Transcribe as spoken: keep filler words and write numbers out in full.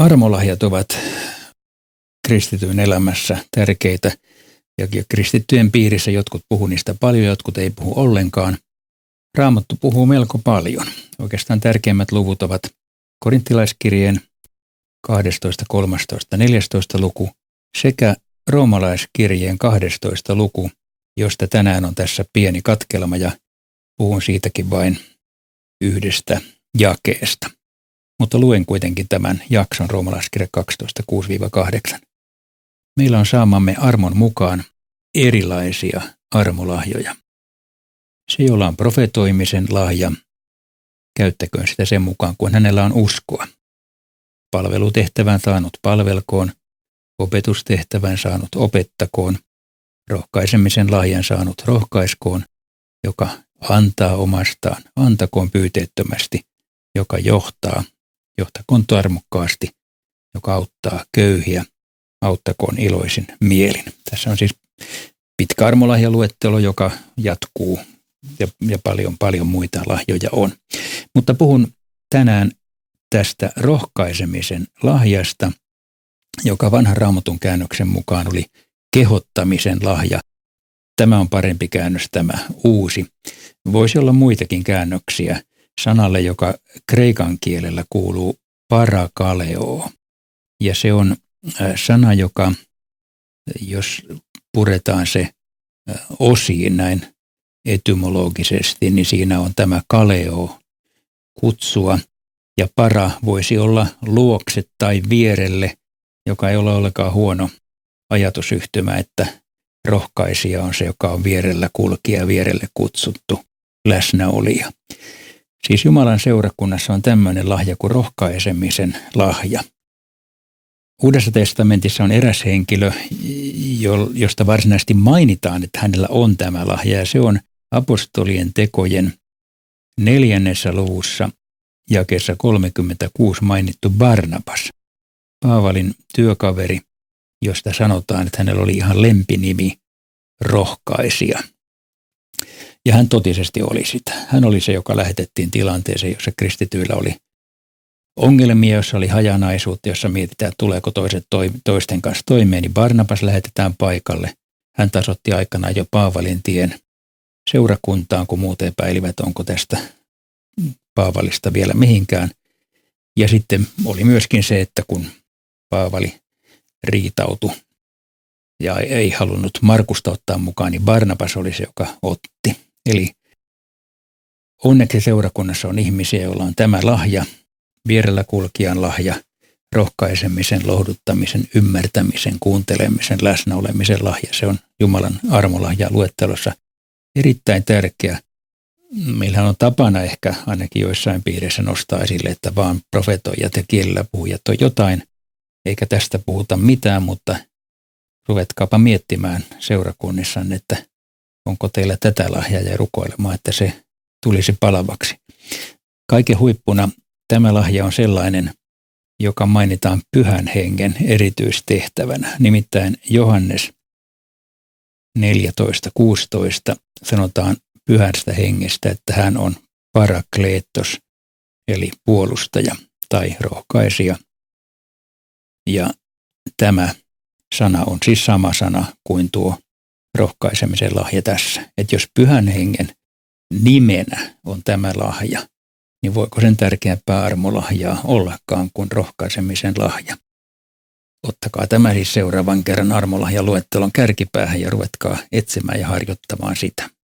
Armolahjat ovat kristityn elämässä tärkeitä ja kristittyjen piirissä jotkut puhuu niistä paljon, jotkut ei puhu ollenkaan. Raamattu puhuu melko paljon. Oikeastaan tärkeimmät luvut ovat Korinttilaiskirjeen kaksitoista, kolmetoista, neljätoista luku sekä Roomalaiskirjeen kaksitoista luku, josta tänään on tässä pieni katkelma ja puhun siitäkin vain yhdestä jakeesta. Mutta luen kuitenkin tämän jakson Roomalaiskirja kaksitoista, kuusi kahdeksan. Meillä on saamamme armon mukaan erilaisia armolahjoja. Se, jolla on profetoimisen lahja, käyttäköön sitä sen mukaan, kun hänellä on uskoa. Palvelutehtävän saanut palvelkoon, opetustehtävän saanut opettakoon, rohkaisemisen lahjan saanut rohkaiskoon, joka antaa omastaan, antakoon pyyteettömästi, joka johtaa, johtakoon tarmokkaasti, joka auttaa köyhiä, auttakoon iloisin mielin. Tässä on siis pitkä armolahjaluettelo, joka jatkuu ja, ja paljon, paljon muita lahjoja on. Mutta puhun tänään tästä rohkaisemisen lahjasta, joka vanhan Raamatun käännöksen mukaan oli kehottamisen lahja. Tämä on parempi käännös, tämä uusi. Voisi olla muitakin käännöksiä sanalle, joka kreikan kielellä kuuluu parakaleo. Ja se on sana, joka, jos puretaan se osiin näin etymologisesti, niin siinä on tämä kaleo kutsua. Ja para voisi olla luokse tai vierelle, joka ei ole ollenkaan huono ajatusyhtymä, että rohkaisija on se, joka on vierellä kulkija, vierelle kutsuttu läsnäolija. Siis Jumalan seurakunnassa on tämmöinen lahja kuin rohkaisemisen lahja. Uudessa testamentissa on eräs henkilö, josta varsinaisesti mainitaan, että hänellä on tämä lahja, ja se on apostolien tekojen neljännessä luvussa jakeessa kolmekymmentäkuusi mainittu Barnabas, Paavalin työkaveri, josta sanotaan, että hänellä oli ihan lempinimi rohkaisija. Ja hän totisesti oli sitä. Hän oli se, joka lähetettiin tilanteeseen, jossa kristityillä oli ongelmia, jossa oli hajanaisuutta, jossa mietitään, että tuleeko toiset toisten kanssa toimeen, niin Barnabas lähetetään paikalle. Hän tasoitti aikanaan jo Paavalin tien seurakuntaan, kun muut epäilivät, onko tästä Paavalista vielä mihinkään. Ja sitten oli myöskin se, että kun Paavali riitautui ja ei halunnut Markusta ottaa mukaan, niin Barnabas oli se, joka otti. Eli onneksi seurakunnassa on ihmisiä, joilla on tämä lahja, vierellä kulkijan lahja, rohkaisemisen, lohduttamisen, ymmärtämisen, kuuntelemisen, läsnäolemisen lahja. Se on Jumalan armolahja luettelossa erittäin tärkeä. Meillähän on tapana ehkä ainakin joissain piirissä nostaa esille, että vaan profetoijat ja kielellä puhujat on jotain, eikä tästä puhuta mitään, mutta ruvetkaapa miettimään seurakunnissanne, että onko teillä tätä lahjaa ja rukoilemaan, että se tulisi palavaksi. Kaiken huippuna tämä lahja on sellainen, joka mainitaan Pyhän Hengen erityistehtävänä. Nimittäin Johannes neljätoista kuusitoista sanotaan Pyhästä Hengestä, että hän on parakleetos, eli puolustaja tai rohkaisija. Ja tämä sana on siis sama sana kuin tuo rohkaisemisen lahja tässä. Että jos Pyhän Hengen nimenä on tämä lahja, niin voiko sen tärkeämpää armolahjaa ollakaan kuin rohkaisemisen lahja? Ottakaa tämä siis seuraavan kerran armolahjaluettelon kärkipäähän ja ruvetkaa etsimään ja harjoittamaan sitä.